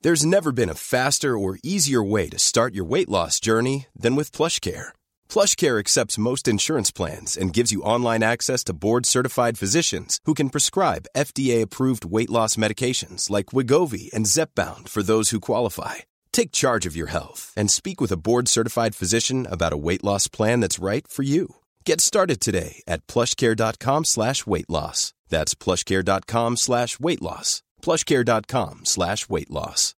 There's never been a faster or easier way to start your weight loss journey than with PlushCare. PlushCare accepts most insurance plans and gives you online access to board-certified physicians who can prescribe FDA-approved weight loss medications like Wegovy and Zepbound for those who qualify. Take charge of your health and speak with a board-certified physician about a weight loss plan that's right for you. Get started today at plushcare.com/weightloss. That's plushcare.com/weightloss. plushcare.com/weightloss.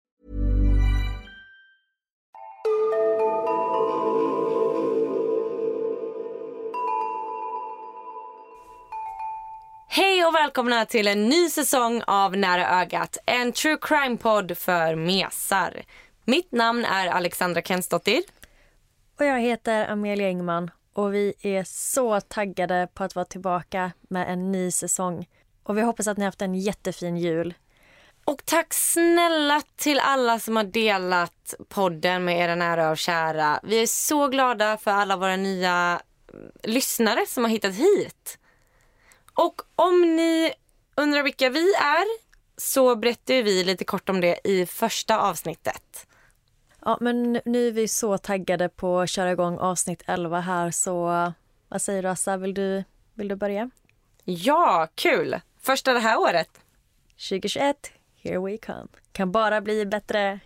Hej och välkomna till en ny säsong av Nära ögat, en true crime-podd för mesar. Mitt namn är Alexandra Kensdottir. Och jag heter Amelia Engman och vi är så taggade på att vara tillbaka med en ny säsong. Och vi hoppas att ni har haft en jättefin jul. Och tack snälla till alla som har delat podden med era nära och kära. Vi är så glada för alla våra nya lyssnare som har hittat hit. Och om ni undrar vilka vi är så berättar vi lite kort om det i första avsnittet. Ja, men nu är vi så taggade på att köra igång avsnitt 11 här, så vad säger du, Assa? Vill du börja? Ja, kul! Första det här året. 2021, here we come. Kan bara bli bättre.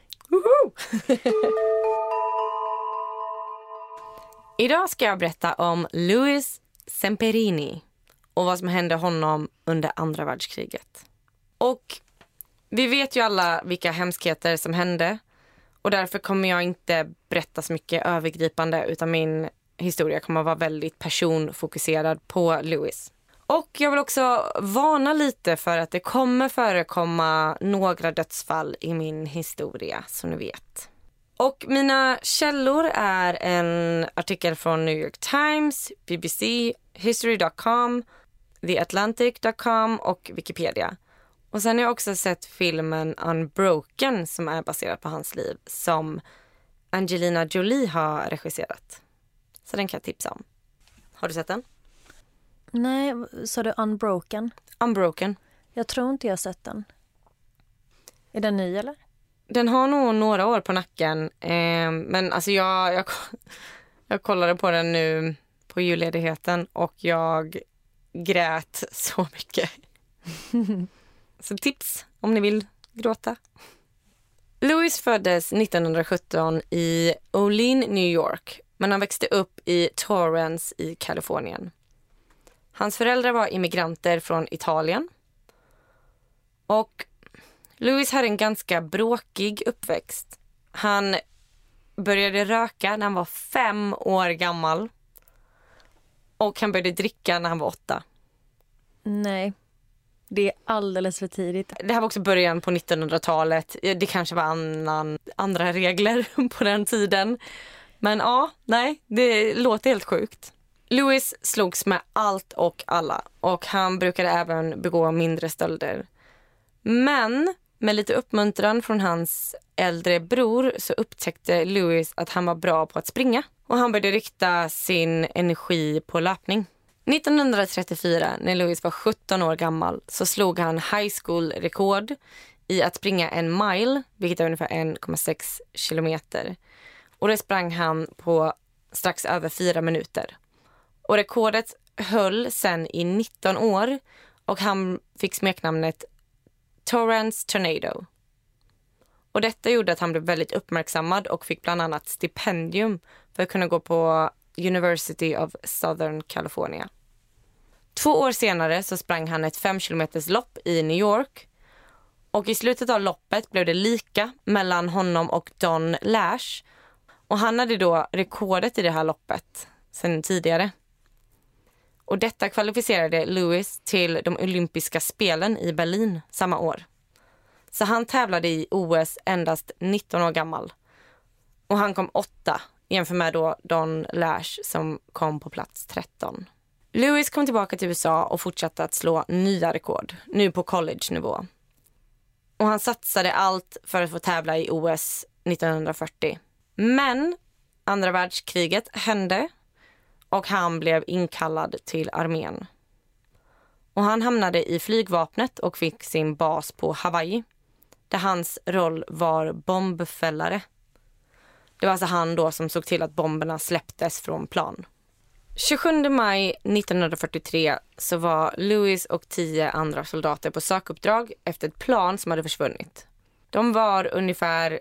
Idag ska jag berätta om Louis Zamperini och vad som hände honom under andra världskriget. Och vi vet ju alla vilka hemskheter som hände. Och därför kommer jag inte berätta så mycket övergripande, utan min historia kommer att vara väldigt personfokuserad på Louis. Och jag vill också varna lite för att det kommer förekomma några dödsfall i min historia, som ni vet. Och mina källor är en artikel från New York Times, BBC, History.com, TheAtlantic.com och Wikipedia. Och sen har jag också sett filmen Unbroken som är baserad på hans liv, som Angelina Jolie har regisserat. Så den kan jag tipsa om. Har du sett den? Nej, så du Unbroken? Unbroken. Jag tror inte jag har sett den. Är den ny eller? Den har nog några år på nacken. Men alltså jag kollade på den nu på julledigheten och jag grät så mycket. Så tips om ni vill gråta. Louis föddes 1917 i Olean, New York, men han växte upp i Torrance i Kalifornien. Hans föräldrar var immigranter från Italien. Och Louis hade en ganska bråkig uppväxt. Han började röka när han var 5 år gammal. Och han började dricka när han var 8. Nej, det är alldeles för tidigt. Det här var också början på 1900-talet. Det kanske var andra regler på den tiden. Men ja, nej, det låter helt sjukt. Louis slogs med allt och alla. Och han brukade även begå mindre stölder. Men med lite uppmuntran från hans äldre bror så upptäckte Louis att han var bra på att springa. Och han började rikta sin energi på löpning. 1934, när Louis var 17 år gammal, så slog han high school-rekord i att springa 1 mile, vilket är ungefär 1,6 kilometer. Och det sprang han på strax över 4 minuter. Och rekordet höll sen i 19 år och han fick smeknamnet Torrance Tornado. Och detta gjorde att han blev väldigt uppmärksammad och fick bland annat stipendium för att kunna gå på University of Southern California. 2 år senare så sprang han ett 5 kilometers lopp i New York. Och i slutet av loppet blev det lika mellan honom och Don Lash. Och han hade då rekordet i det här loppet sedan tidigare. Och detta kvalificerade Louis till de olympiska spelen i Berlin samma år. Så han tävlade i OS endast 19 år gammal. Och han kom 8 jämfört med då Don Lash som kom på plats 13. Louis kom tillbaka till USA och fortsatte att slå nya rekord, nu på college-nivå. Och han satsade allt för att få tävla i OS 1940. Men andra världskriget hände och han blev inkallad till armén. Och han hamnade i flygvapnet och fick sin bas på Hawaii. där hans roll var bombfällare. Det var alltså han då som såg till att bomberna släpptes från plan. 27 maj 1943 så var Lewis och 10 andra soldater på sökuppdrag efter ett plan som hade försvunnit. De var ungefär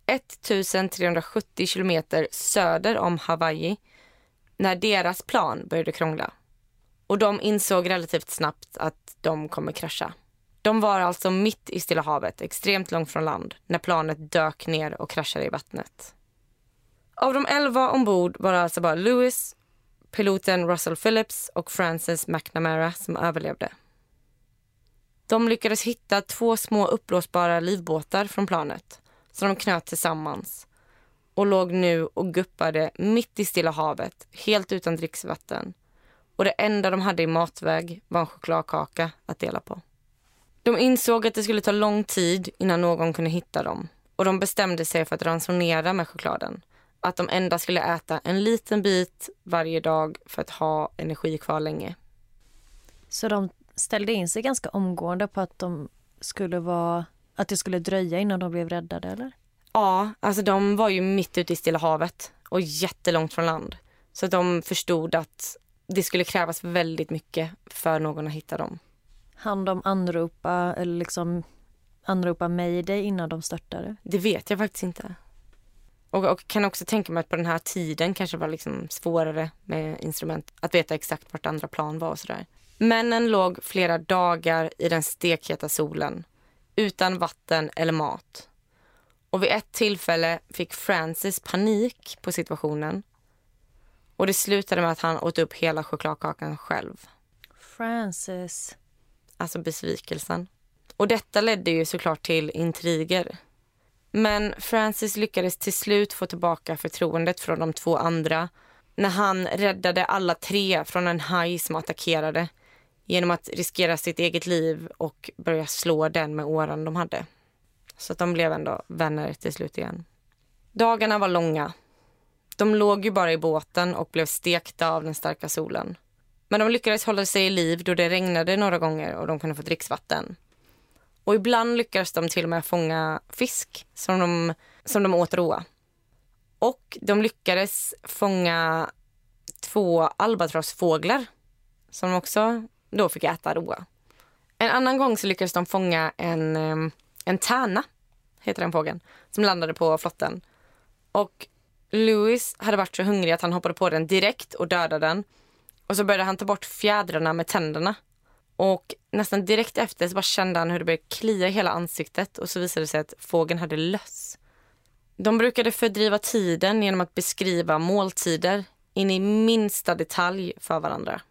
1370 kilometer söder om Hawaii när deras plan började krångla. Och de insåg relativt snabbt att de kommer krascha. De var alltså mitt i Stilla havet, extremt långt från land, när planet dök ner och kraschade i vattnet. Av de 11 ombord var det alltså bara Lewis, piloten Russell Phillips och Francis McNamara som överlevde. De lyckades hitta 2 små uppblåsbara livbåtar från planet som de knöt tillsammans och låg nu och guppade mitt i Stilla havet, helt utan dricksvatten. Och det enda de hade i matväg var en chokladkaka att dela på. De insåg att det skulle ta lång tid innan någon kunde hitta dem och de bestämde sig för att ransonera med chokladen. Att de endast skulle äta en liten bit varje dag för att ha energi kvar länge. Så de ställde in sig ganska omgående på att att det skulle dröja innan de blev räddade, eller? Ja, alltså de var ju mitt ute i Stilla havet och jättelångt från land. Så de förstod att det skulle krävas väldigt mycket för någon att hitta dem. Han de anropa mayday innan de störtade? Det vet jag faktiskt inte. Och kan också tänka mig att på den här tiden kanske var liksom svårare med instrument att veta exakt vart andra plan var och sådär. Männen låg flera dagar i den stekheta solen utan vatten eller mat. Och vid ett tillfälle fick Francis panik på situationen. Och det slutade med att han åt upp hela chokladkakan själv. Francis. Alltså besvikelsen. Och detta ledde ju såklart till intriger. Men Francis lyckades till slut få tillbaka förtroendet från de 2 andra när han räddade alla 3 från en haj som attackerade genom att riskera sitt eget liv och börja slå den med åran de hade. Så att de blev ändå vänner till slut igen. Dagarna var långa. De låg ju bara i båten och blev stekta av den starka solen. Men de lyckades hålla sig i liv då det regnade några gånger och de kunde få dricksvatten. Och ibland lyckades de till och med fånga fisk som de åt råa. Och de lyckades fånga 2 albatrossfåglar som de också då fick äta råa. En annan gång så lyckades de fånga en tärna, heter den fågeln, som landade på flotten. Och Lewis hade varit så hungrig att han hoppade på den direkt och dödade den. Och så började han ta bort fjädrarna med tänderna. Och nästan direkt efter så bara kände han hur det började klia i hela ansiktet. Och så visade det sig att fågeln hade löss. De brukade fördriva tiden genom att beskriva måltider in i minsta detalj för varandra.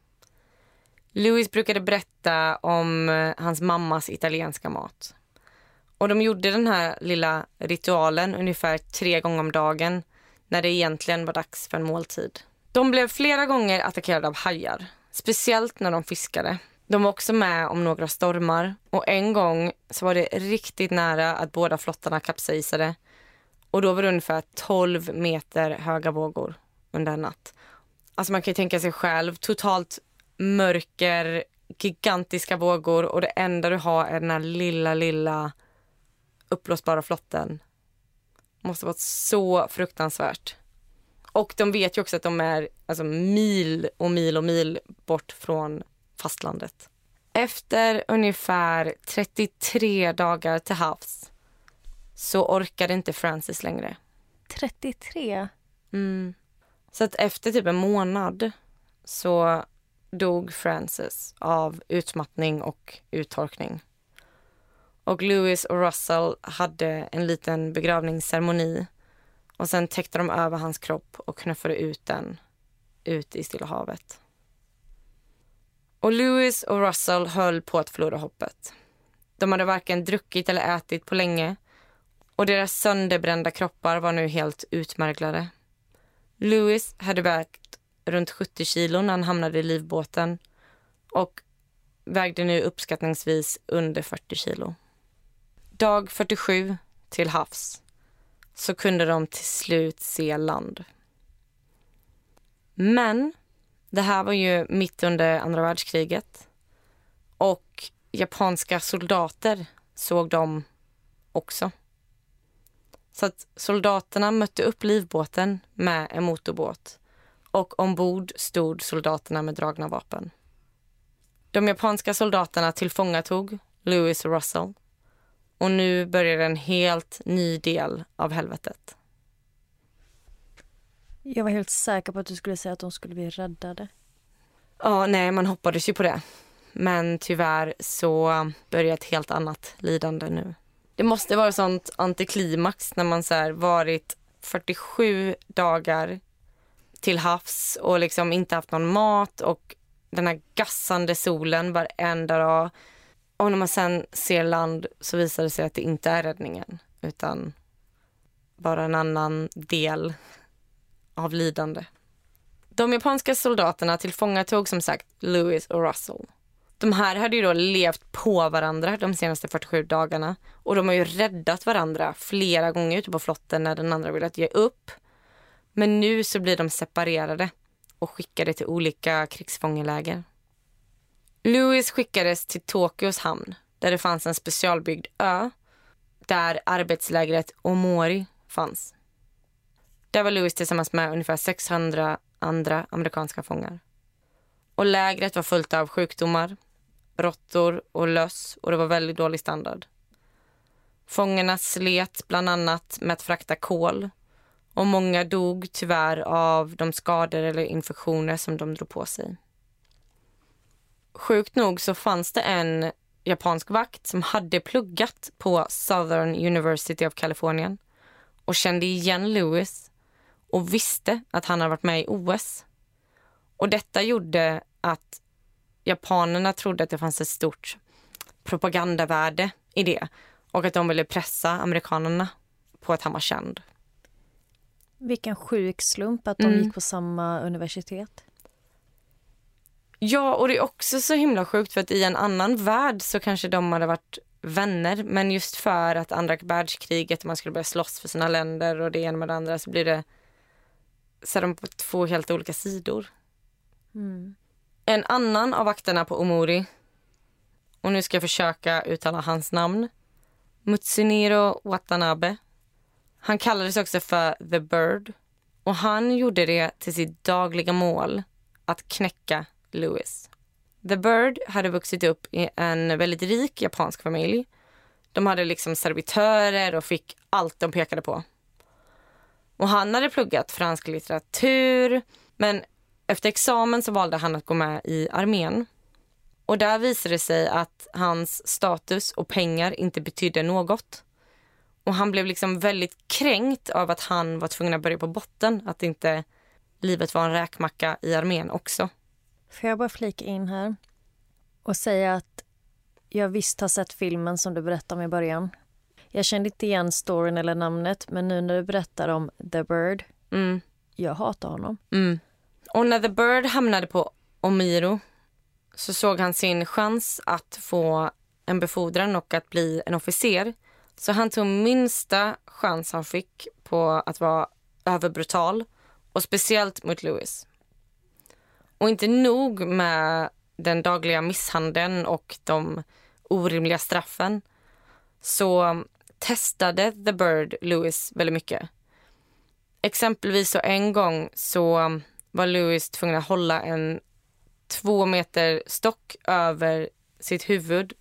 Lewis brukade berätta om hans mammas italienska mat. Och de gjorde den här lilla ritualen ungefär 3 gånger om dagen när det egentligen var dags för en måltid. De blev flera gånger attackerade av hajar, speciellt när de fiskade. De var också med om några stormar och en gång så var det riktigt nära att båda flottarna kapsejsade. Och då var det ungefär 12 meter höga vågor under en natt. Alltså man kan ju tänka sig själv, totalt mörker, gigantiska vågor och det enda du har är den här lilla uppblåsbara flotten. Måste vara så fruktansvärt. Och de vet ju också att de är alltså mil och mil bort från fastlandet. Efter ungefär 33 dagar till havs så orkade inte Francis längre. 33? Så att efter typ en månad så dog Francis av utmattning och uttorkning. Och Lewis och Russell hade en liten begravningsceremoni och sen täckte de över hans kropp och knuffade ut den ut i Stilla havet. Och Lewis och Russell höll på att förlora hoppet. De hade varken druckit eller ätit på länge och deras sönderbrända kroppar var nu helt utmärglade. Lewis hade vägt runt 70 kilo när han hamnade i livbåten och vägde nu uppskattningsvis under 40 kilo. Dag 47 till havs så kunde de till slut se land. Men det här var ju mitt under andra världskriget och japanska soldater såg dem också. Så att soldaterna mötte upp livbåten med en motorbåt och ombord stod soldaterna med dragna vapen. De japanska soldaterna tillfångatog Lewis och Russell och nu började en helt ny del av helvetet. Jag var helt säker på att du skulle säga att de skulle bli räddade. Ja, nej, man hoppades ju på det. Men tyvärr så börjar ett helt annat lidande nu. Det måste vara sånt antiklimax när man så här varit 47 dagar till havs och liksom inte haft någon mat och den här gassande solen varenda dag. Och när man sen ser land så visar det sig att det inte är räddningen utan bara en annan del av lidande. De japanska soldaterna tillfångatog som sagt Lewis och Russell. De här hade ju då levt på varandra de senaste 47 dagarna och de har ju räddat varandra flera gånger ute på flotten när den andra ville ge upp. Men nu så blir de separerade och skickade till olika krigsfångeläger. Lewis skickades till Tokyos hamn där det fanns en specialbyggd ö där arbetslägret Omori fanns. Där var Lewis tillsammans med ungefär 600 andra amerikanska fångar. Och lägret var fullt av sjukdomar, råttor och löss och det var väldigt dålig standard. Fångarna slet bland annat med att frakta kol och många dog tyvärr av de skador eller infektioner som de drog på sig. Sjukt nog så fanns det en japansk vakt som hade pluggat på Southern University of California och kände igen Lewis och visste att han hade varit med i OS. Och detta gjorde att japanerna trodde att det fanns ett stort propagandavärde i det och att de ville pressa amerikanerna på att han var känd. Vilken sjuk slump att de gick på samma universitet. Ja, och det är också så himla sjukt för att i en annan värld så kanske de hade varit vänner. Men just för att andra världskriget, man skulle börja slåss för sina länder och det ena med det andra så blir det så är de på två helt olika sidor. Mm. En annan av vakterna på Omori, och nu ska jag försöka uttala hans namn, Mutsuniro Watanabe. Han kallades också för The Bird och han gjorde det till sitt dagliga mål att knäcka Lewis. The Bird hade vuxit upp i en väldigt rik japansk familj. De hade liksom servitörer och fick allt de pekade på. Och han hade pluggat fransk litteratur, men efter examen så valde han att gå med i armén. Och där visade det sig att hans status och pengar inte betydde något. Och han blev liksom väldigt kränkt av att han var tvungen att börja på botten. Att inte livet var en räkmacka i armén också. Får jag bara flika in här och säga att jag visst har sett filmen som du berättade om i början. Jag kände inte igen storyn eller namnet, men nu när du berättar om The Bird, jag hatar honom. Mm. Och när The Bird hamnade på Omiro så såg han sin chans att få en befordran och att bli en officer. Så han tog minsta chans han fick på att vara överbrutal och speciellt mot Lewis. Och inte nog med den dagliga misshandeln och de orimliga straffen så testade The Bird Lewis väldigt mycket. Exempelvis så en gång så var Lewis tvungen att hålla en 2 meter stock över sitt huvud.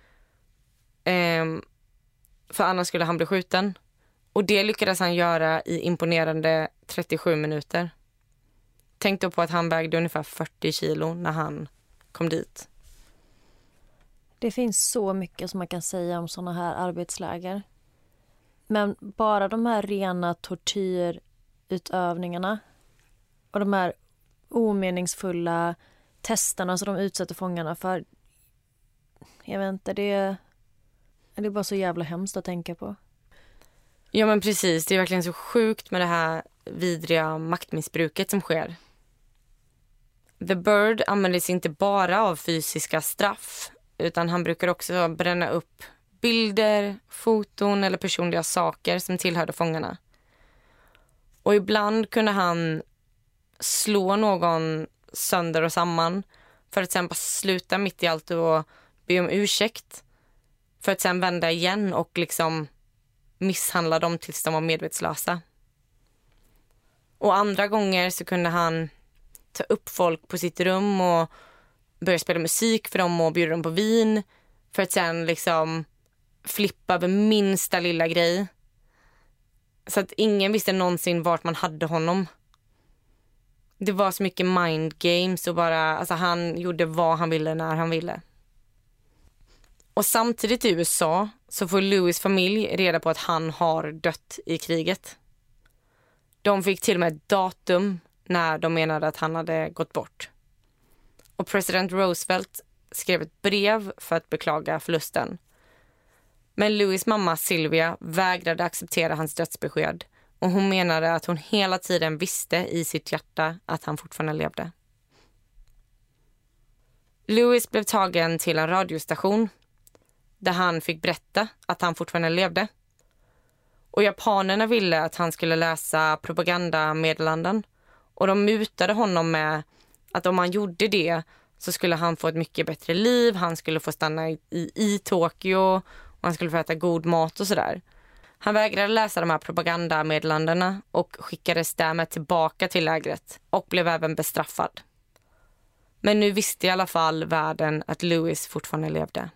För annars skulle han bli skjuten. Och det lyckades han göra i imponerande 37 minuter. Tänk då på att han vägde ungefär 40 kilo när han kom dit. Det finns så mycket som man kan säga om såna här arbetsläger. Men bara de här rena tortyrutövningarna och de här omeningsfulla testerna som de utsätter fångarna för. Jag vet inte, det är bara så jävla hemskt att tänka på. Ja men precis, det är verkligen så sjukt med det här vidriga maktmissbruket som sker. The Bird användes inte bara av fysiska straff utan han brukar också bränna upp bilder, foton eller personliga saker som tillhörde fångarna. Och ibland kunde han slå någon sönder och samman för att sen bara sluta mitt i allt och be om ursäkt. För att sen vända igen och liksom misshandla dem tills de var medvetslösa. Och andra gånger så kunde han ta upp folk på sitt rum och börja spela musik för dem och bjuda dem på vin för att sen liksom flippa över minsta lilla grej. Så att ingen visste någonsin vart man hade honom. Det var så mycket mind games och bara, alltså han gjorde vad han ville när han ville. Och samtidigt i USA så får Louis familj reda på att han har dött i kriget. De fick till och med ett datum när de menade att han hade gått bort. Och president Roosevelt skrev ett brev för att beklaga förlusten. Men Louis mamma Sylvia vägrade acceptera hans dödsbesked och hon menade att hon hela tiden visste i sitt hjärta att han fortfarande levde. Louis blev tagen till en radiostation där han fick berätta att han fortfarande levde. Och japanerna ville att han skulle läsa propagandameddelanden och de mutade honom med att om han gjorde det så skulle han få ett mycket bättre liv, han skulle få stanna i Tokyo och han skulle få äta god mat och sådär. Han vägrade läsa de här propagandameddelandena och skickades därmed tillbaka till lägret och blev även bestraffad. Men nu visste i alla fall världen att Louis fortfarande levde.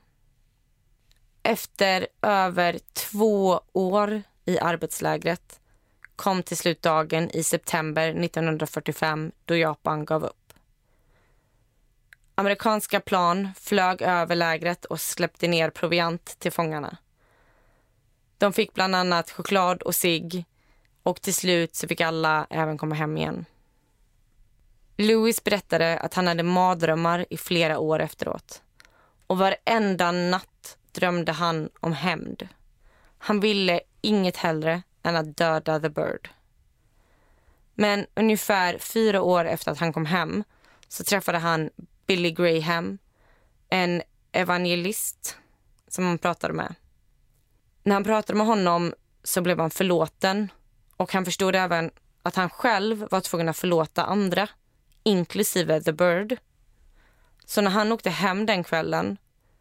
Efter över 2 år i arbetslägret kom till slut dagen i september 1945 då Japan gav upp. Amerikanska plan flög över lägret och släppte ner proviant till fångarna. De fick bland annat choklad och cigg och till slut så fick alla även komma hem igen. Louis berättade att han hade mardrömmar i flera år efteråt. Och varenda natt drömde han om hämnd. Han ville inget hellre än att döda The Bird. Men ungefär 4 år efter att han kom hem så träffade han Billy Graham, en evangelist som han pratade med. När han pratade med honom så blev han förlåten och han förstod även att han själv var tvungen att förlåta andra, inklusive The Bird. Så när han åkte hem den kvällen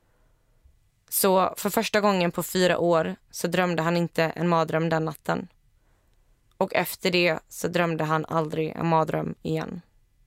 så för första gången på 4 år så drömde han inte en mardröm den natten. Och efter det så drömde han aldrig en mardröm igen.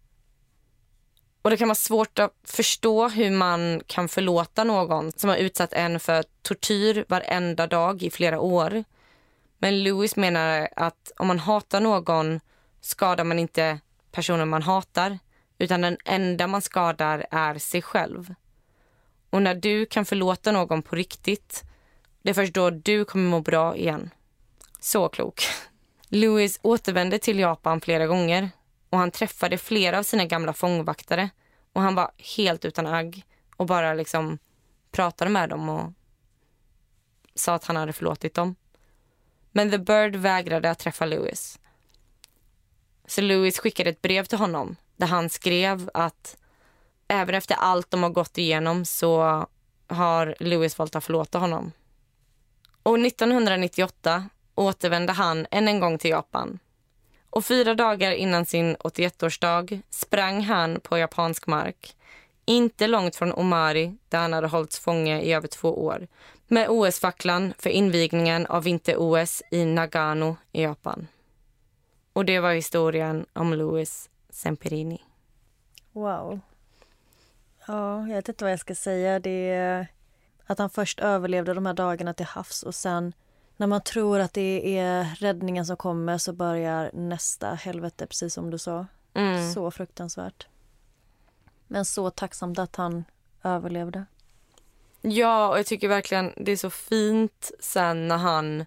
Och det kan vara svårt att förstå hur man kan förlåta någon som har utsatt en för tortyr varenda dag i flera år. Men Louis menar att om man hatar någon skadar man inte personen man hatar, utan den enda man skadar är sig själv. Och när du kan förlåta någon på riktigt, det är först då du kommer må bra igen. Så klok. Louis återvände till Japan flera gånger och han träffade flera av sina gamla fångvaktare och han var helt utan agg och bara liksom pratade med dem och sa att han hade förlåtit dem. Men The Bird vägrade att träffa Louis. Så Louis skickade ett brev till honom där han skrev att även efter allt de har gått igenom så har Louis valt att förlåta honom. Och 1998 återvände han än en gång till Japan. Och 4 dagar innan sin 81-årsdag sprang han på japansk mark, inte långt från Omari där han hade hållits fånge i över 2 år, med OS-facklan för invigningen av vinter-OS i Nagano i Japan. Och det var historien om Louis Zamperini. Wow. Ja, jag vet inte vad jag ska säga. Det är att han först överlevde de här dagarna till havs och sen när man tror att det är räddningen som kommer så börjar nästa helvete, precis som du sa. Så fruktansvärt. Men så tacksamt att han överlevde. Ja, och jag tycker verkligen det är så fint sen när han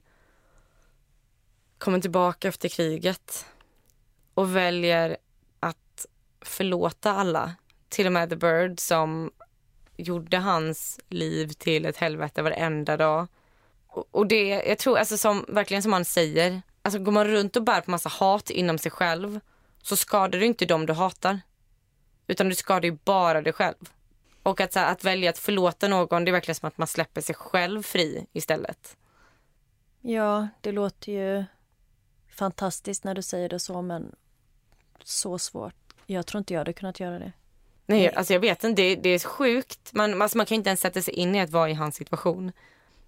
kommer tillbaka efter kriget och väljer att förlåta alla. Till och med The Bird som gjorde hans liv till ett helvete varenda dag. Och det, jag tror, alltså verkligen som han säger, alltså går man runt och bär på massa hat inom sig själv så skadar du inte dem du hatar. Utan du skadar ju bara dig själv. Och att välja att förlåta någon, det är verkligen som att man släpper sig själv fri istället. Ja, det låter ju fantastiskt när du säger det så, men så svårt. Jag tror inte jag hade kunnat göra det. Nej, alltså jag vet inte, det är sjukt. Man kan ju inte ens sätta sig in i att vara i hans situation.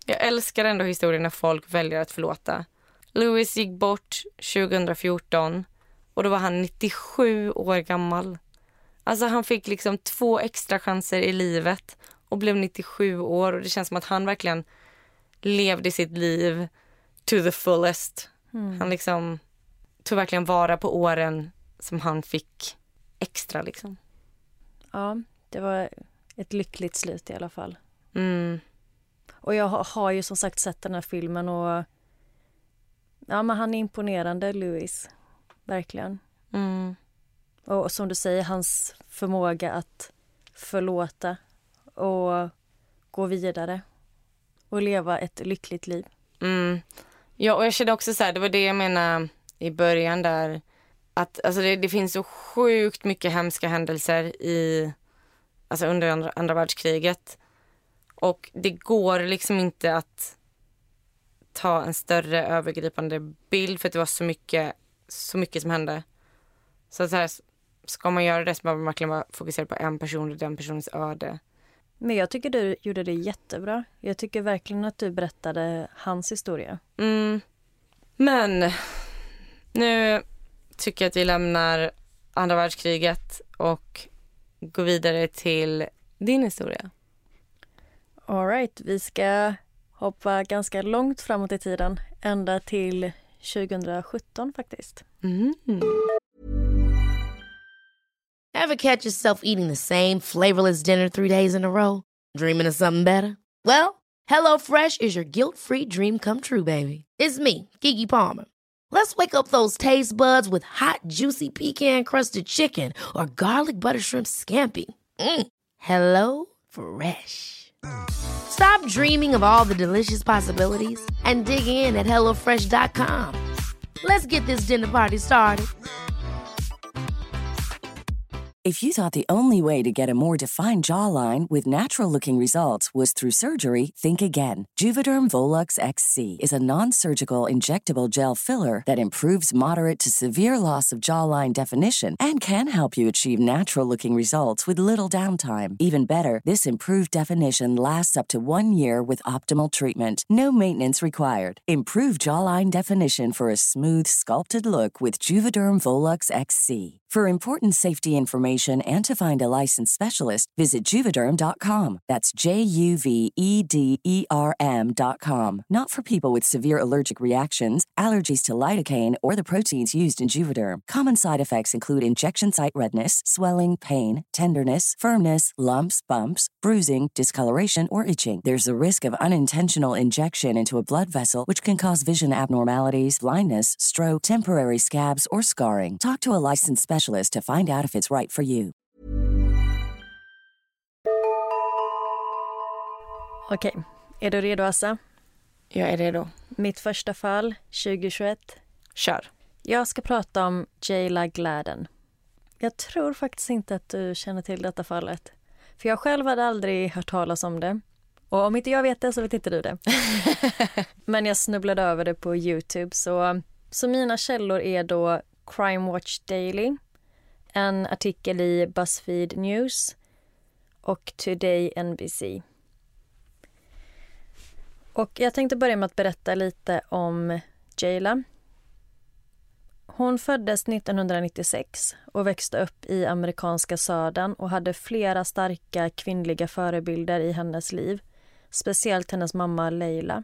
Jag älskar ändå historien när folk väljer att förlåta. Louis gick bort 2014 och då var han 97 år gammal. Alltså han fick liksom 2 extra chanser i livet och blev 97 år. Och det känns som att han verkligen levde sitt liv to the fullest. Han liksom tog verkligen vara på åren som han fick extra liksom. Ja, det var ett lyckligt slut i alla fall. Mm. Och jag har ju som sagt sett den här filmen och ja, men han är imponerande, Louis. Verkligen. Mm. Och som du säger, hans förmåga att förlåta och gå vidare och leva ett lyckligt liv. Mm. Ja, och jag kände också så här, det var det jag menade i början där, att alltså det finns så sjukt mycket hemska händelser alltså under andra världskriget. Och det går liksom inte att ta en större övergripande bild för att det var så mycket som hände. Så här, ska man göra det så behöver man verkligen bara fokusera på en person och den personens öde. Men jag tycker du gjorde det jättebra. Jag tycker verkligen att du berättade hans historia. Mm. Men nu tycker jag att vi lämnar andra världskriget och går vidare till din historia. All right, vi ska hoppa ganska långt framåt i tiden. Ända till 2017 faktiskt. Mm. Ever catch yourself eating the same flavorless dinner 3 days in a row? Dreaming of something better? Well, HelloFresh is your guilt-free dream come true, baby. It's me, Keke Palmer. Let's wake up those taste buds with hot, juicy pecan-crusted chicken or garlic butter shrimp scampi. Hello Fresh. Stop dreaming of all the delicious possibilities and dig in at HelloFresh.com. Let's get this dinner party started. If you thought the only way to get a more defined jawline with natural-looking results was through surgery, think again. Juvederm Volux XC is a non-surgical injectable gel filler that improves moderate to severe loss of jawline definition and can help you achieve natural-looking results with little downtime. Even better, this improved definition lasts up to 1 year with optimal treatment. No maintenance required. Improve jawline definition for a smooth, sculpted look with Juvederm Volux XC. For important safety information and to find a licensed specialist, visit Juvederm.com. That's JUVEDERM.com. Not for people with severe allergic reactions, allergies to lidocaine, or the proteins used in Juvederm. Common side effects include injection site redness, swelling, pain, tenderness, firmness, lumps, bumps, bruising, discoloration, or itching. There's a risk of unintentional injection into a blood vessel, which can cause vision abnormalities, blindness, stroke, temporary scabs, or scarring. Talk to a licensed specialist to find out if it's right for you. Okej, är du redo, Assa? Jag är redo. Mitt första fall, 2021. Kör. Jag ska prata om Jayla Gladden. Jag tror faktiskt inte att du känner till detta fallet. För jag själv hade aldrig hört talas om det. Och om inte jag vet det så vet inte du det. Men jag snubblade över det på YouTube. Så mina källor är då Crime Watch Daily, en artikel i BuzzFeed News och Today NBC. Och jag tänkte börja med att berätta lite om Jayla. Hon föddes 1996 och växte upp i amerikanska södern och hade flera starka kvinnliga förebilder i hennes liv. Speciellt hennes mamma Leila.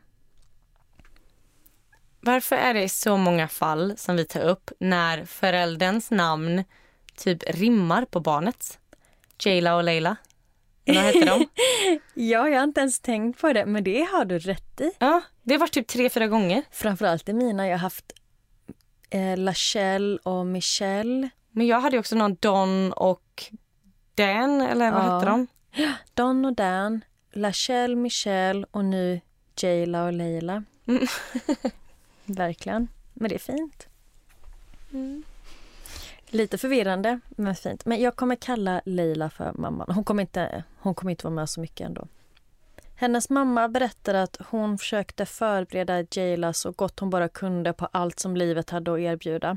Varför är det så många fall som vi tar upp när förälderns namn typ rimmar på barnets? Jayla och Leila. Vad heter de? Ja, jag har inte ens tänkt på det, men det har du rätt i. Ja, det har varit typ 3-4 gånger. Framförallt i mina. Jag har haft Lachelle och Michelle. Men jag hade ju också någon Don och Dan, eller vad hette de? Don och Dan, Lachelle, Michelle och nu Jayla och Leila. Verkligen. Men det är fint. Lite förvirrande, men fint. Men jag kommer kalla Leila för mamman. Hon kommer inte vara med så mycket ändå. Hennes mamma berättade att hon försökte förbereda Jayla så gott hon bara kunde på allt som livet hade att erbjuda.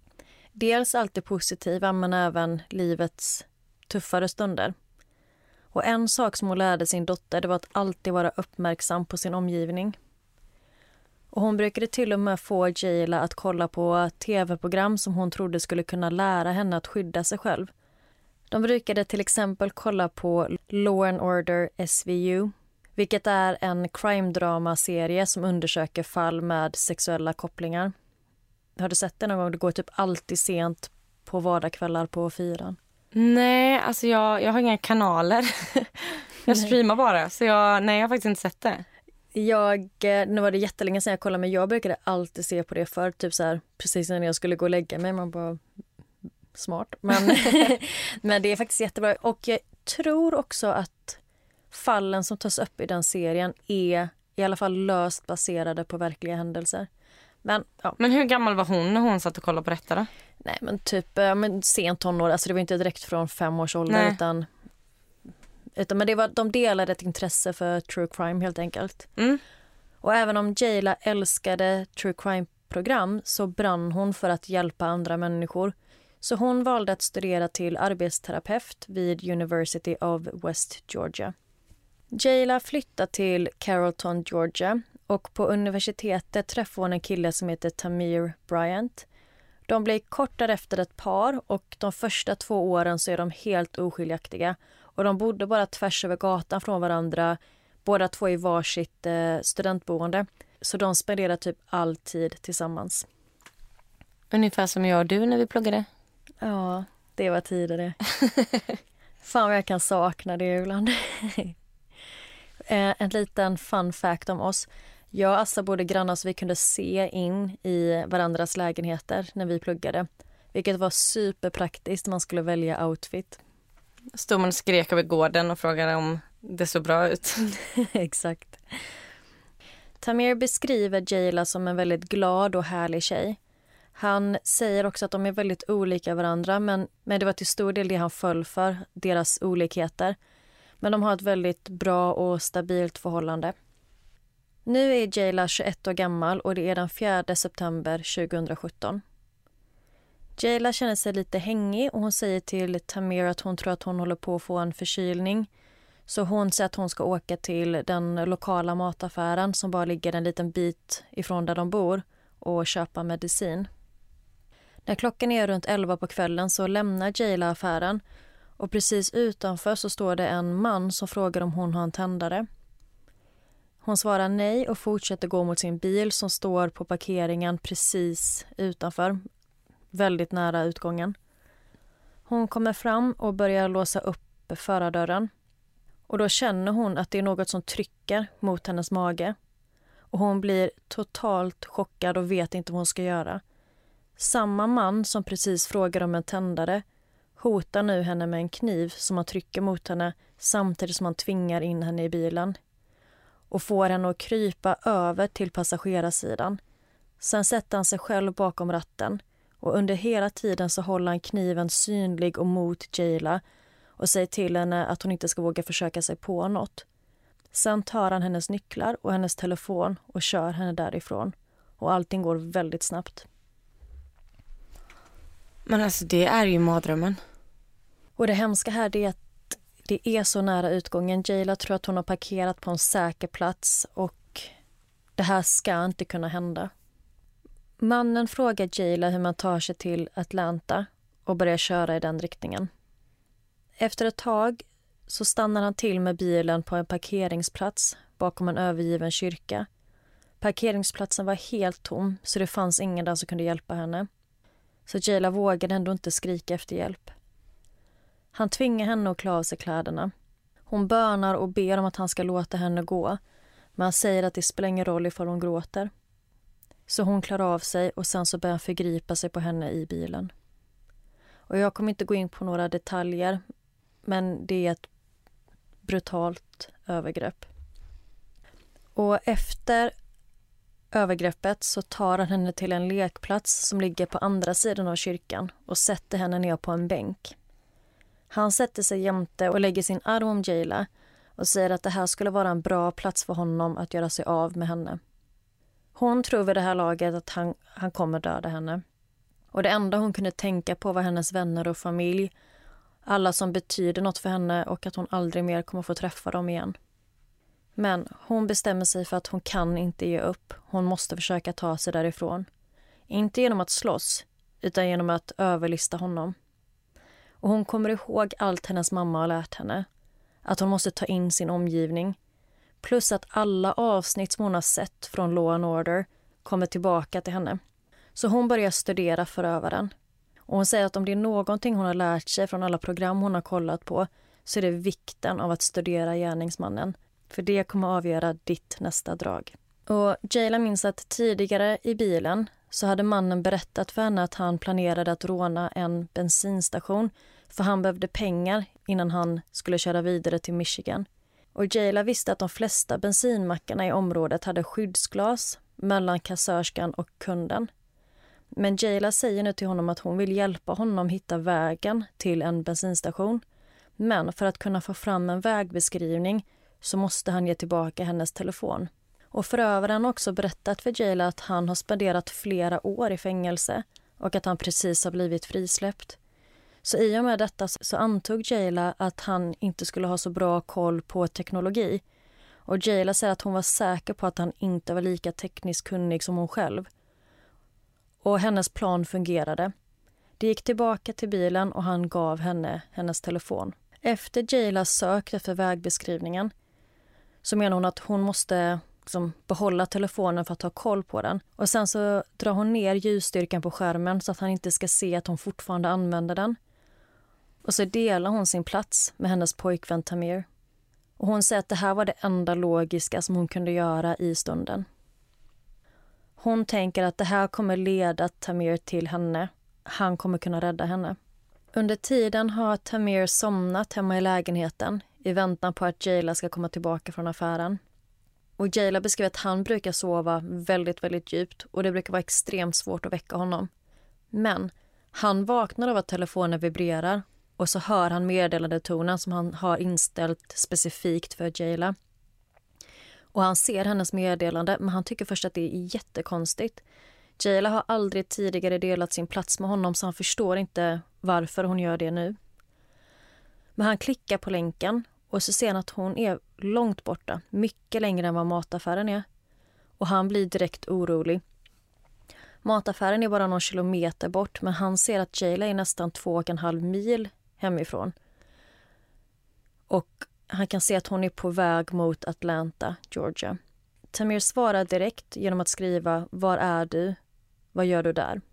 Dels allt det positiva, men även livets tuffare stunder. Och en sak som hon lärde sin dotter, det var att alltid vara uppmärksam på sin omgivning. Och hon brukade till och med få Jayla att kolla på tv-program som hon trodde skulle kunna lära henne att skydda sig själv. De brukade till exempel kolla på Law and Order SVU, vilket är en crime-drama-serie som undersöker fall med sexuella kopplingar. Har du sett det någon gång? Det går typ alltid sent på vardagskvällar på 4. Nej, alltså jag har inga kanaler. Jag streamar bara, så jag har faktiskt inte sett det. Nu var det jättelänge sedan jag kollade, men jag brukade alltid se på det för typ så här, precis när jag skulle gå och lägga mig. Man bara, smart. Men det är faktiskt jättebra. Och jag tror också att fallen som tas upp i den serien är i alla fall löst baserade på verkliga händelser. Men hur gammal var hon när hon satt och kollade på detta då? Nej, men typ sent tonår. Alltså det var inte direkt från 5 års ålder, utan men de delade ett intresse för true crime helt enkelt. Och även om Jayla älskade true crime-program så brann hon för att hjälpa andra människor. Så hon valde att studera till arbetsterapeut vid University of West Georgia. Jayla flyttade till Carrollton, Georgia, och på universitetet träffade hon en kille som heter Tamir Bryant. De blev kort därefter ett par, och de första 2 åren så är de helt oskiljaktiga. Och de bodde bara tvärs över gatan från varandra, båda två i varsitt studentboende. Så de spenderade typ all tid tillsammans. Ungefär som jag och du när vi pluggade. Ja, det var tidigare. Fan vad jag kan sakna det ibland. En liten fun fact om oss. Jag och Assa bodde grannar så vi kunde se in i varandras lägenheter när vi pluggade. Vilket var superpraktiskt när man skulle välja outfit. Stod man och skrek över gården och frågade om det såg bra ut. Exakt. Tamir beskriver Jayla som en väldigt glad och härlig tjej. Han säger också att de är väldigt olika varandra, men det var till stor del det han föll för, deras olikheter. Men de har ett väldigt bra och stabilt förhållande. Nu är Jayla 21 år gammal och det är den 4 september 2017. Jayla känner sig lite hängig och hon säger till Tamir att hon tror att hon håller på att få en förkylning. Så hon säger att hon ska åka till den lokala mataffären som bara ligger en liten bit ifrån där de bor och köpa medicin. När klockan är runt 11 på kvällen så lämnar Jayla affären, och precis utanför så står det en man som frågar om hon har en tändare. Hon svarar nej och fortsätter gå mot sin bil som står på parkeringen precis utanför, väldigt nära utgången. Hon kommer fram och börjar låsa upp förardörren. Och då känner hon att det är något som trycker mot hennes mage. Och hon blir totalt chockad och vet inte vad hon ska göra. Samma man som precis frågar om en tändare hotar nu henne med en kniv som han trycker mot henne samtidigt som han tvingar in henne i bilen. Och får henne att krypa över till passagerarsidan. Sen sätter han sig själv bakom ratten. Och under hela tiden så håller han kniven synlig och mot Jayla och säger till henne att hon inte ska våga försöka sig på något. Sen tar han hennes nycklar och hennes telefon och kör henne därifrån. Och allting går väldigt snabbt. Men alltså det är ju mardrömmen. Och det hemska här är att det är så nära utgången. Jayla tror att hon har parkerat på en säker plats och det här ska inte kunna hända. Mannen frågar Jayla hur man tar sig till Atlanta och börjar köra i den riktningen. Efter ett tag så stannar han till med bilen på en parkeringsplats bakom en övergiven kyrka. Parkeringsplatsen var helt tom så det fanns ingen där som kunde hjälpa henne. Så Jayla vågade ändå inte skrika efter hjälp. Han tvingar henne att klä av sig kläderna. Hon bönar och ber om att han ska låta henne gå. Men han säger att det spelar ingen roll ifall hon gråter. Så hon klär av sig och sen så börjar han förgripa sig på henne i bilen. Och jag kommer inte gå in på några detaljer, men det är ett brutalt övergrepp. Och efter övergreppet så tar han henne till en lekplats som ligger på andra sidan av kyrkan och sätter henne ner på en bänk. Han sätter sig jämte och lägger sin arm om Jayla och säger att det här skulle vara en bra plats för honom att göra sig av med henne. Hon tror vid det här laget att han kommer döda henne. Och det enda hon kunde tänka på var hennes vänner och familj. Alla som betyder något för henne och att hon aldrig mer kommer få träffa dem igen. Men hon bestämmer sig för att hon kan inte ge upp. Hon måste försöka ta sig därifrån. Inte genom att slåss, utan genom att överlista honom. Och hon kommer ihåg allt hennes mamma har lärt henne. Att hon måste ta in sin omgivning. Plus att alla avsnitt som hon har sett från Law and Order kommer tillbaka till henne. Så hon börjar studera förövaren. Och hon säger att om det är någonting hon har lärt sig från alla program hon har kollat på så är det vikten av att studera gärningsmannen. För det kommer avgöra ditt nästa drag. Och Jayla minns att tidigare i bilen så hade mannen berättat för henne att han planerade att råna en bensinstation för han behövde pengar innan han skulle köra vidare till Michigan. Och Jayla visste att de flesta bensinmackarna i området hade skyddsglas mellan kassörskan och kunden. Men Jayla säger nu till honom att hon vill hjälpa honom hitta vägen till en bensinstation. Men för att kunna få fram en vägbeskrivning så måste han ge tillbaka hennes telefon. Och förövaren har också berättat för Jayla att han har spenderat flera år i fängelse och att han precis har blivit frisläppt. Så i och med detta så antog Jayla att han inte skulle ha så bra koll på teknologi. Och Jayla säger att hon var säker på att han inte var lika tekniskt kunnig som hon själv. Och hennes plan fungerade. Det gick tillbaka till bilen och han gav henne hennes telefon. Efter Jayla sökte efter vägbeskrivningen så menar hon att hon måste behålla telefonen för att ha koll på den. Och sen så drar hon ner ljusstyrkan på skärmen så att han inte ska se att hon fortfarande använder den. Och så delar hon sin plats med hennes pojkvän Tamir. Och hon säger att det här var det enda logiska som hon kunde göra i stunden. Hon tänker att det här kommer leda Tamir till henne. Han kommer kunna rädda henne. Under tiden har Tamir somnat hemma i lägenheten i väntan på att Jayla ska komma tillbaka från affären. Och Jayla beskriver att han brukar sova väldigt, väldigt djupt och det brukar vara extremt svårt att väcka honom. Men han vaknar av att telefonen vibrerar och så hör han meddelandetonen som han har inställt specifikt för Jayla. Och han ser hennes meddelande men han tycker först att det är jättekonstigt. Jayla har aldrig tidigare delat sin plats med honom så han förstår inte varför hon gör det nu. Men han klickar på länken och så ser han att hon är långt borta, mycket längre än vad mataffären är. Och han blir direkt orolig. Mataffären är bara någon kilometer bort men han ser att Jayla är nästan 2,5 mil hemifrån. Och han kan se att hon är på väg mot Atlanta, Georgia. Tamir svarar direkt genom att skriva "Var är du? Vad gör du där?"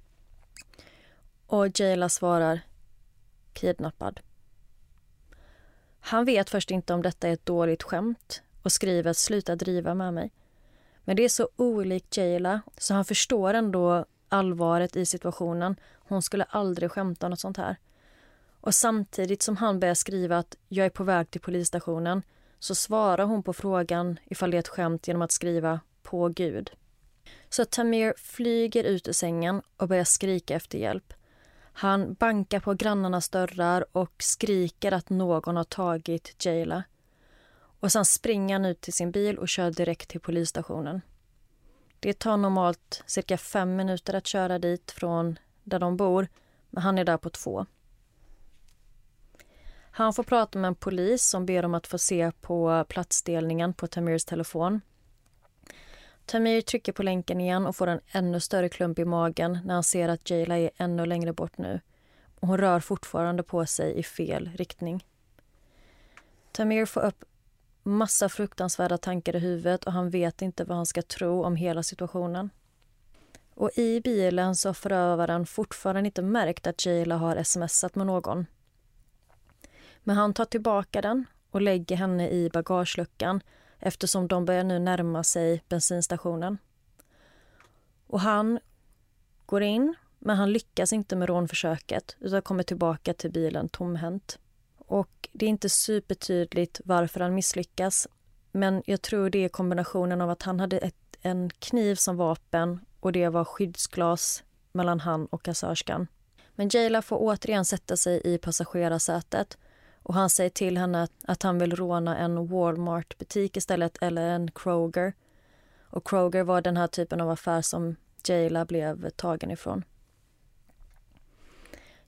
Och Jayla svarar "Kidnappad". Han vet först inte om detta är ett dåligt skämt och skriver "Sluta driva med mig". Men det är så olikt Jayla så han förstår ändå allvaret i situationen. Hon skulle aldrig skämta om något sånt här. Och samtidigt som han börjar skriva att "jag är på väg till polisstationen" så svarar hon på frågan ifall det är ett skämt genom att skriva "på Gud". Så Tamir flyger ut ur sängen och börjar skrika efter hjälp. Han bankar på grannarnas dörrar och skriker att någon har tagit Jayla. Och sen springer han ut till sin bil och kör direkt till polisstationen. Det tar normalt cirka 5 minuter att köra dit från där de bor, men han är där på 2. Han får prata med en polis som ber om att få se på platsdelningen på Tamirs telefon. Tamir trycker på länken igen och får en ännu större klump i magen när han ser att Jayla är ännu längre bort nu. Och hon rör fortfarande på sig i fel riktning. Tamir får upp massa fruktansvärda tankar i huvudet och han vet inte vad han ska tro om hela situationen. Och i bilen så har förövaren fortfarande inte märkt att Jayla har smsat med någon. Men han tar tillbaka den och lägger henne i bagageluckan eftersom de börjar nu närma sig bensinstationen. Och han går in, men han lyckas inte med rånförsöket utan kommer tillbaka till bilen tomhänt. Och det är inte supertydligt varför han misslyckas, men jag tror det är kombinationen av att han hade en kniv som vapen och det var skyddsglas mellan han och kassörskan. Men Jayla får återigen sätta sig i passagerarsätet och han säger till henne att han vill råna en Walmart-butik istället eller en Kroger. Och Kroger var den här typen av affär som Jayla blev tagen ifrån.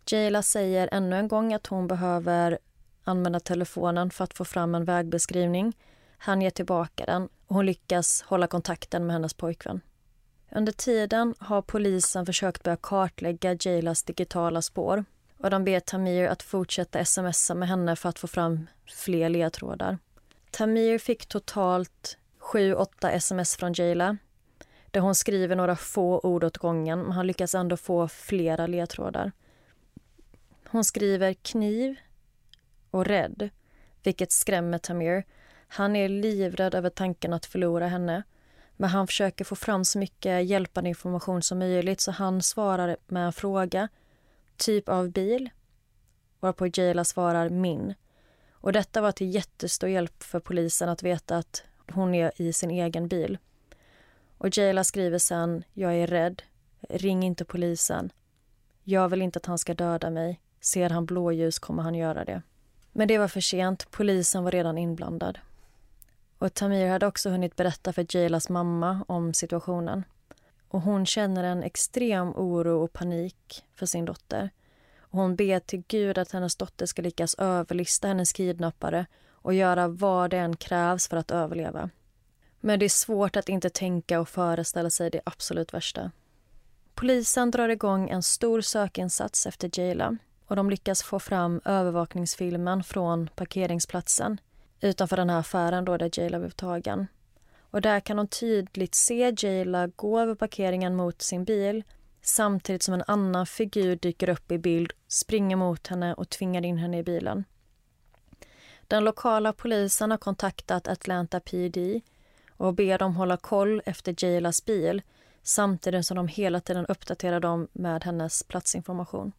Jayla säger ännu en gång att hon behöver använda telefonen för att få fram en vägbeskrivning. Han ger tillbaka den och hon lyckas hålla kontakten med hennes pojkvän. Under tiden har polisen försökt börja kartlägga Jaylas digitala spår och de ber Tamir att fortsätta smsa med henne för att få fram fler ledtrådar. Tamir fick totalt 7-8 sms från Jayla där hon skriver några få ord åt gången, men han lyckas ändå få flera ledtrådar. Hon skriver kniv och rädd, vilket skrämmer Tamir. Han är livrädd över tanken att förlora henne, men han försöker få fram så mycket hjälpande information som möjligt, så han svarar med en fråga, typ av bil, varpå Jayla svarar min. Och detta var till jättestor hjälp för polisen att veta att hon är i sin egen bil. Och Jayla skriver sen, jag är rädd, ring inte polisen. Jag vill inte att han ska döda mig. Ser han blåljus kommer han göra det. Men det var för sent, polisen var redan inblandad. Och Tamir hade också hunnit berätta för Jaylas mamma om situationen. Och hon känner en extrem oro och panik för sin dotter. Och hon ber till Gud att hennes dotter ska lyckas överlista hennes kidnappare och göra vad det än krävs för att överleva. Men det är svårt att inte tänka och föreställa sig det absolut värsta. Polisen drar igång en stor sökinsats efter Jayla och de lyckas få fram övervakningsfilmen från parkeringsplatsen utanför den här affären då där Jayla blev tagen. Och där kan de tydligt se Jayla gå över parkeringen mot sin bil samtidigt som en annan figur dyker upp i bild, springer mot henne och tvingar in henne i bilen. Den lokala polisen har kontaktat Atlanta PD och ber dem hålla koll efter Jaylas bil samtidigt som de hela tiden uppdaterar dem med hennes platsinformation.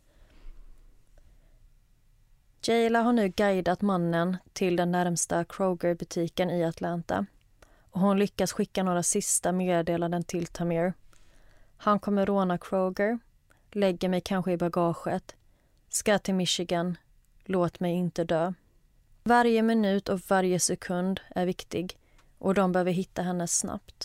Jayla har nu guidat mannen till den närmsta Kroger-butiken i Atlanta och hon lyckas skicka några sista meddelanden till Tamir. Han kommer råna Kroger, lägger mig kanske i bagaget, ska till Michigan, låt mig inte dö. Varje minut och varje sekund är viktig och de behöver hitta henne snabbt.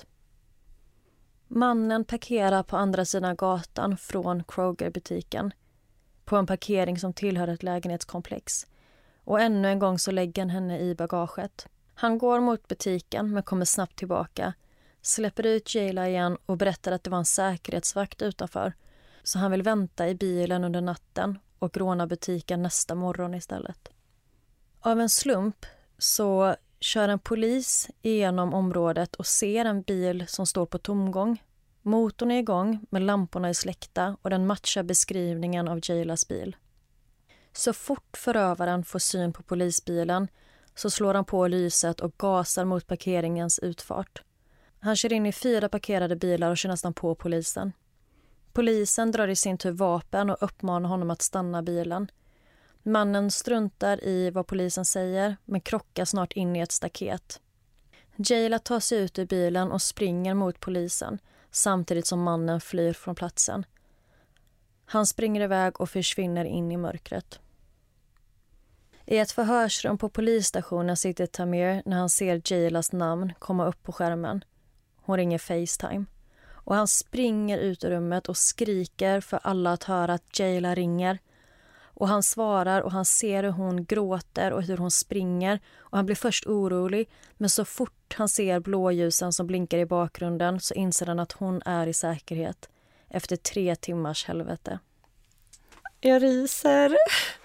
Mannen parkerar på andra sidan gatan från Kroger-butiken på en parkering som tillhör ett lägenhetskomplex. Och ännu en gång så lägger han henne i bagaget. Han går mot butiken men kommer snabbt tillbaka, släpper ut Jayla igen och berättar att det var en säkerhetsvakt utanför. Så han vill vänta i bilen under natten och råna butiken nästa morgon istället. Av en slump så kör en polis igenom området och ser en bil som står på tomgång. Motorn är igång men lamporna är släckta och den matchar beskrivningen av Jaylas bil. Så fort förövaren får syn på polisbilen så slår han på lyset och gasar mot parkeringens utfart. Han kör in i 4 parkerade bilar och kör nästan på polisen. Polisen drar i sin tur vapen och uppmanar honom att stanna bilen. Mannen struntar i vad polisen säger men krockar snart in i ett staket. Jayla tar sig ut ur bilen och springer mot polisen samtidigt som mannen flyr från platsen. Han springer iväg och försvinner in i mörkret. I ett förhörsrum på polisstationen sitter Tamir när han ser Jaylas namn komma upp på skärmen. Hon ringer FaceTime. Och han springer ut ur rummet och skriker för alla att höra att Jayla ringer. Och han svarar och han ser hur hon gråter och hur hon springer. Och han blir först orolig, men så fort han ser blåljusen som blinkar i bakgrunden så inser han att hon är i säkerhet. Efter 3 timmars helvete. Jag ryser.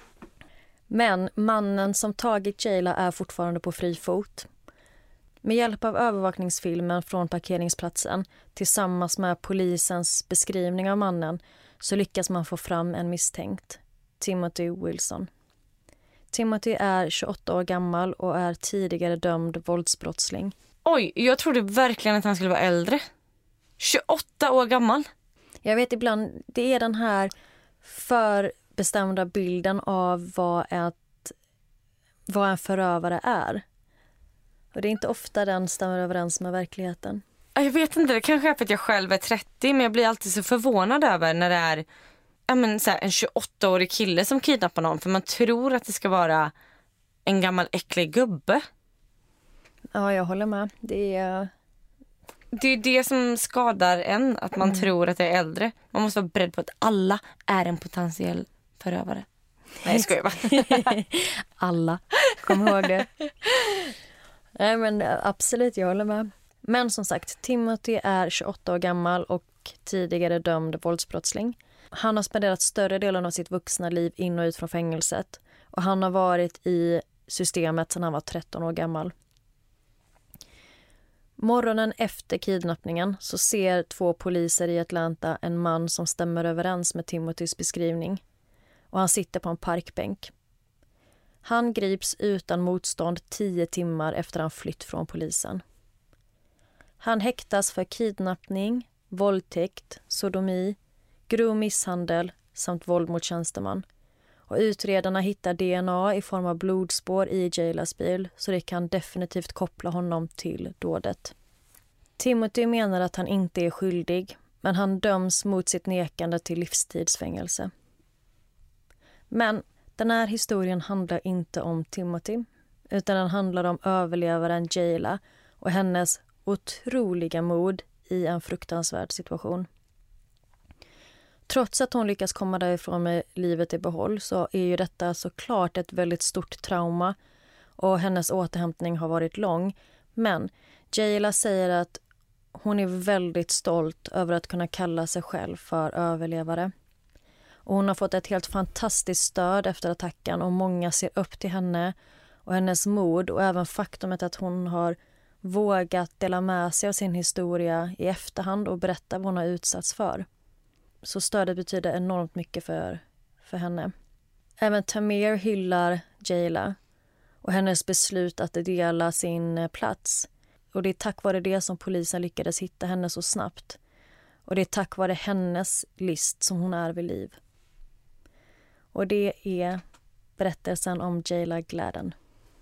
Men mannen som tagit Jayla är fortfarande på fri fot. Med hjälp av övervakningsfilmen från parkeringsplatsen tillsammans med polisens beskrivning av mannen så lyckas man få fram en misstänkt, Timothy Wilson. Timothy är 28 år gammal och är tidigare dömd våldsbrottsling. Oj, jag trodde verkligen att han skulle vara äldre. 28 år gammal. Jag vet ibland, det är den här förbestämda bilden av vad en förövare är. Och det är inte ofta den stämmer överens med verkligheten. Jag vet inte, det kanske är för att jag själv är 30, men jag blir alltid så förvånad över när det är så här, en 28-årig kille som kidnappar någon. För man tror att det ska vara en gammal äcklig gubbe. Ja, jag håller med. Det är det som skadar en, att man tror att det är äldre. Man måste vara beredd på att alla är en potentiell förövare. Nej, jag skojar bara. Alla, kom ihåg det. Nej, men absolut, jag håller med. Men som sagt, Timothy är 28 år gammal och tidigare dömd våldsbrottsling. Han har spenderat större delen av sitt vuxna liv in och ut från fängelset. Och han har varit i systemet sedan han var 13 år gammal. Morgonen efter kidnappningen så ser 2 poliser i Atlanta en man som stämmer överens med Timothys beskrivning. Och han sitter på en parkbänk. Han grips utan motstånd 10 timmar efter han flytt från polisen. Han häktas för kidnappning, våldtäkt, sodomi, grov misshandel samt våld mot tjänsteman. Och utredarna hittar DNA i form av blodspår i Jaylas bil så det kan definitivt koppla honom till dådet. Timothy menar att han inte är skyldig, men han döms mot sitt nekande till livstidsfängelse. Men den här historien handlar inte om Timothy, utan den handlar om överlevaren Jayla och hennes otroliga mod i en fruktansvärd situation. Trots att hon lyckas komma därifrån med livet i behåll så är ju detta såklart ett väldigt stort trauma och hennes återhämtning har varit lång. Men Jayla säger att hon är väldigt stolt över att kunna kalla sig själv för överlevare. Och hon har fått ett helt fantastiskt stöd efter attacken och många ser upp till henne och hennes mod och även faktumet att hon har vågat dela med sig av sin historia i efterhand och berätta vad hon har utsatts för. Så stödet betyder enormt mycket för henne. Även Tamir hyllar Jayla och hennes beslut att dela sin plats. Och det är tack vare det som polisen lyckades hitta henne så snabbt. Och det är tack vare hennes list som hon är vid liv. Och det är berättelsen om Jayla Gladden.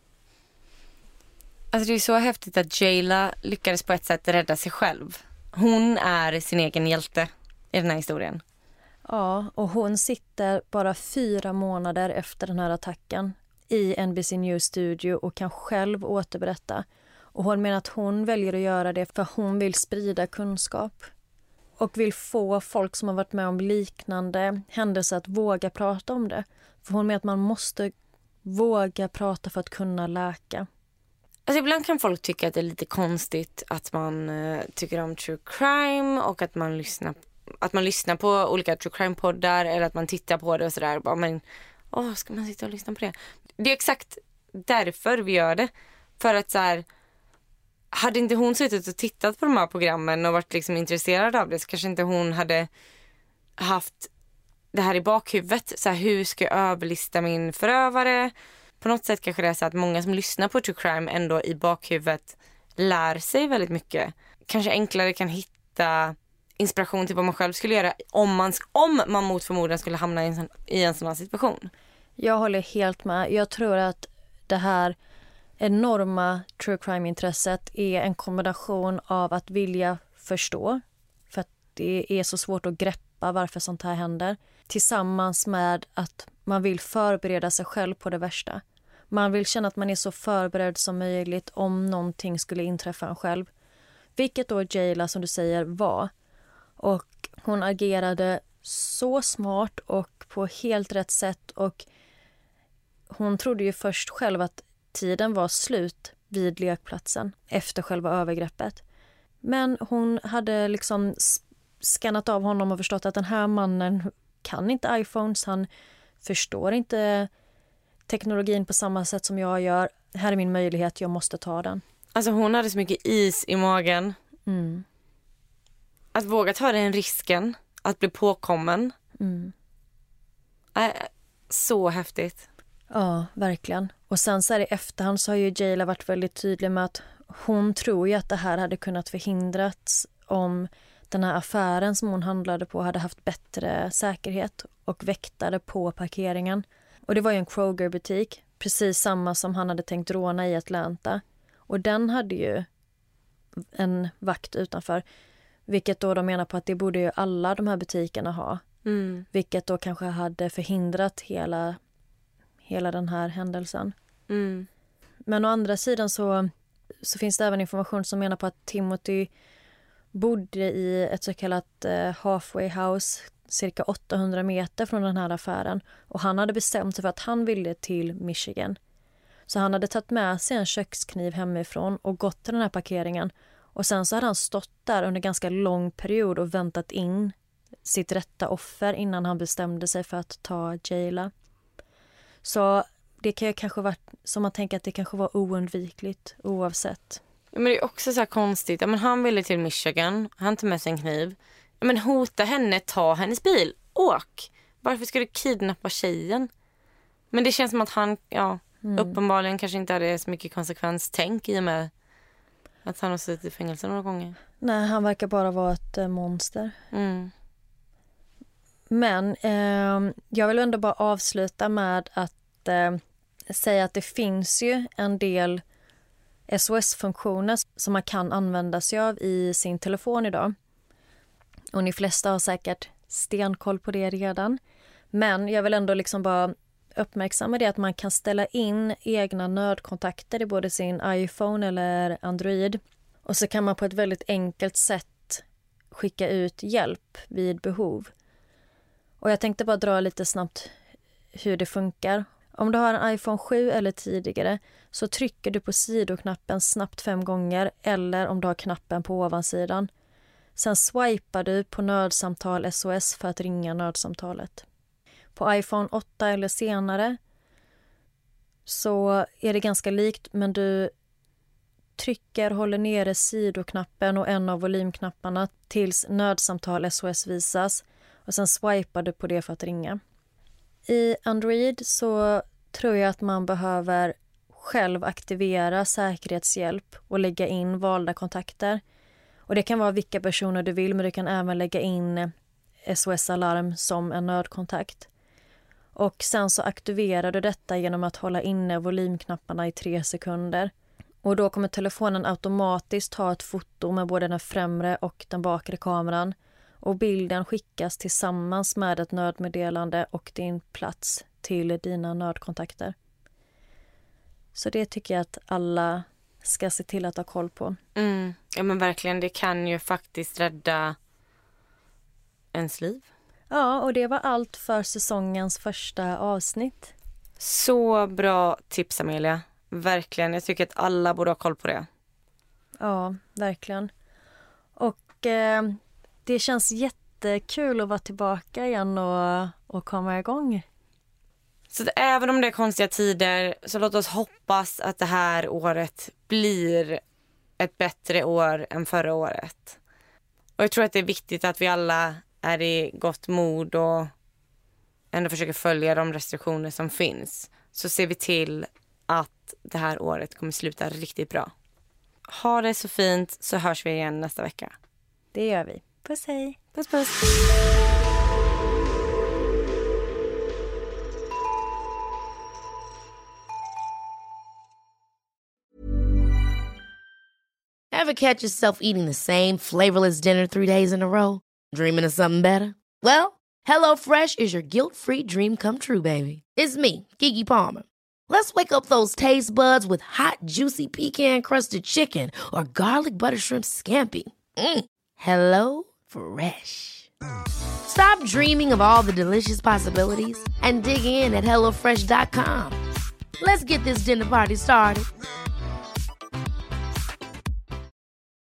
Alltså det är så häftigt att Jayla lyckades på ett sätt rädda sig själv. Hon är sin egen hjälte i den här historien. Ja, och hon sitter bara 4 månader efter den här attacken i NBC News studio och kan själv återberätta. Och hon menar att hon väljer att göra det för hon vill sprida kunskap. Och vill få folk som har varit med om liknande händelser att våga prata om det. För hon menar att man måste våga prata för att kunna läka. Alltså ibland kan folk tycka att det är lite konstigt att man tycker om true crime och att man lyssnar på olika true crime-poddar eller att man tittar på det och sådär. Men, ska man sitta och lyssna på det? Det är exakt därför vi gör det. För att så här, hade inte hon suttit och tittat på de här programmen och varit liksom intresserad av det så kanske inte hon hade haft det här i bakhuvudet. Så här, hur ska jag överlista min förövare? På något sätt kanske det är så att många som lyssnar på true crime ändå i bakhuvudet lär sig väldigt mycket. Kanske enklare kan hitta inspiration till vad man själv skulle göra om man mot förmodan skulle hamna i en sån här situation. Jag håller helt med. Jag tror att det här enorma true crime-intresset är en kombination av att vilja förstå, för att det är så svårt att greppa varför sånt här händer, tillsammans med att man vill förbereda sig själv på det värsta. Man vill känna att man är så förberedd som möjligt om någonting skulle inträffa en själv. Vilket då Jayla, som du säger, var. Och hon agerade så smart och på helt rätt sätt. Och hon trodde ju först själv att tiden var slut vid lekplatsen efter själva övergreppet. Men hon hade liksom skannat av honom och förstått att den här mannen kan inte iPhones. Han förstår inte teknologin på samma sätt som jag gör. Här är min möjlighet, jag måste ta den. Alltså hon hade så mycket is i magen. Mm. Att våga ta den risken, att bli påkommen. Så häftigt. Ja, verkligen. Och sen så här i efterhand så har ju Jayla varit väldigt tydlig med att hon tror ju att det här hade kunnat förhindrats om den här affären som hon handlade på hade haft bättre säkerhet och väktare på parkeringen. Och det var ju en Kroger-butik, precis samma som han hade tänkt råna i Atlanta. Och den hade ju en vakt utanför, vilket då de menar på att det borde ju alla de här butikerna ha. Vilket då kanske hade förhindrat hela den här händelsen. Men å andra sidan så finns det även information som menar på att Timothy bodde i ett så kallat halfway house cirka 800 meter från den här affären. Och han hade bestämt sig för att han ville till Michigan. Så han hade tagit med sig en kökskniv hemifrån och gått till den här parkeringen. Och sen så hade han stått där under ganska lång period och väntat in sitt rätta offer innan han bestämde sig för att ta Jayla. Så det kan ju kanske vara, som man tänker att det kanske var oundvikligt oavsett. Ja, men det är också så här konstigt. Ja, men han ville till Michigan, han tog med sig en kniv. Ja, men hota henne, ta hennes bil, åk. Varför ska du kidnappa tjejen? Men det känns som att han, uppenbarligen kanske inte hade så mycket konsekvenstänk i och med att han har suttit i fängelse några gånger. Nej, han verkar bara vara ett monster. Mm. Men jag vill ändå bara avsluta med att säga att det finns ju en del SOS-funktioner som man kan använda sig av i sin telefon idag. Och ni flesta har säkert stenkoll på det redan. Men jag vill ändå liksom bara uppmärksamma det att man kan ställa in egna nödkontakter i både sin iPhone eller Android. Och så kan man på ett väldigt enkelt sätt skicka ut hjälp vid behov. Och jag tänkte bara dra lite snabbt hur det funkar. Om du har en iPhone 7 eller tidigare så trycker du på sidoknappen snabbt 5 gånger eller om du har knappen på ovansidan. Sen swipar du på nödsamtal SOS för att ringa nödsamtalet. På iPhone 8 eller senare så är det ganska likt, men du håller nere sidoknappen och en av volymknapparna tills nödsamtal SOS visas och sen swipar du på det för att ringa. I Android så tror jag att man behöver själv aktivera säkerhetshjälp och lägga in valda kontakter. Och det kan vara vilka personer du vill, men du kan även lägga in SOS-alarm som en nödkontakt. Och sen så aktiverar du detta genom att hålla inne volymknapparna i 3 sekunder. Och då kommer telefonen automatiskt ta ett foto med både den främre och den bakre kameran. Och bilden skickas tillsammans med ett nödmeddelande och din plats till dina nödkontakter. Så det tycker jag att alla ska se till att ha koll på. Mm. Ja men verkligen, det kan ju faktiskt rädda ens liv. Ja, och det var allt för säsongens första avsnitt. Så bra tips, Amelia. Verkligen, jag tycker att alla borde ha koll på det. Ja, verkligen. Och det känns jättekul att vara tillbaka igen och komma igång. Så även om det är konstiga tider så låt oss hoppas att det här året blir ett bättre år än förra året. Och jag tror att det är viktigt att vi alla är i gott mod och ändå försöker följa de restriktioner som finns. Så ser vi till att det här året kommer sluta riktigt bra. Ha det så fint, så hörs vi igen nästa vecka. Det gör vi. Puss hej. Puss puss. Ever catch yourself eating the same flavorless dinner 3 days in a row? Dreaming of something better? Well, HelloFresh is your guilt-free dream come true, baby. It's me, Keke Palmer. Let's wake up those taste buds with hot, juicy pecan-crusted chicken or garlic butter shrimp scampi. Hello Fresh. Stop dreaming of all the delicious possibilities and dig in at HelloFresh.com. Let's get this dinner party started.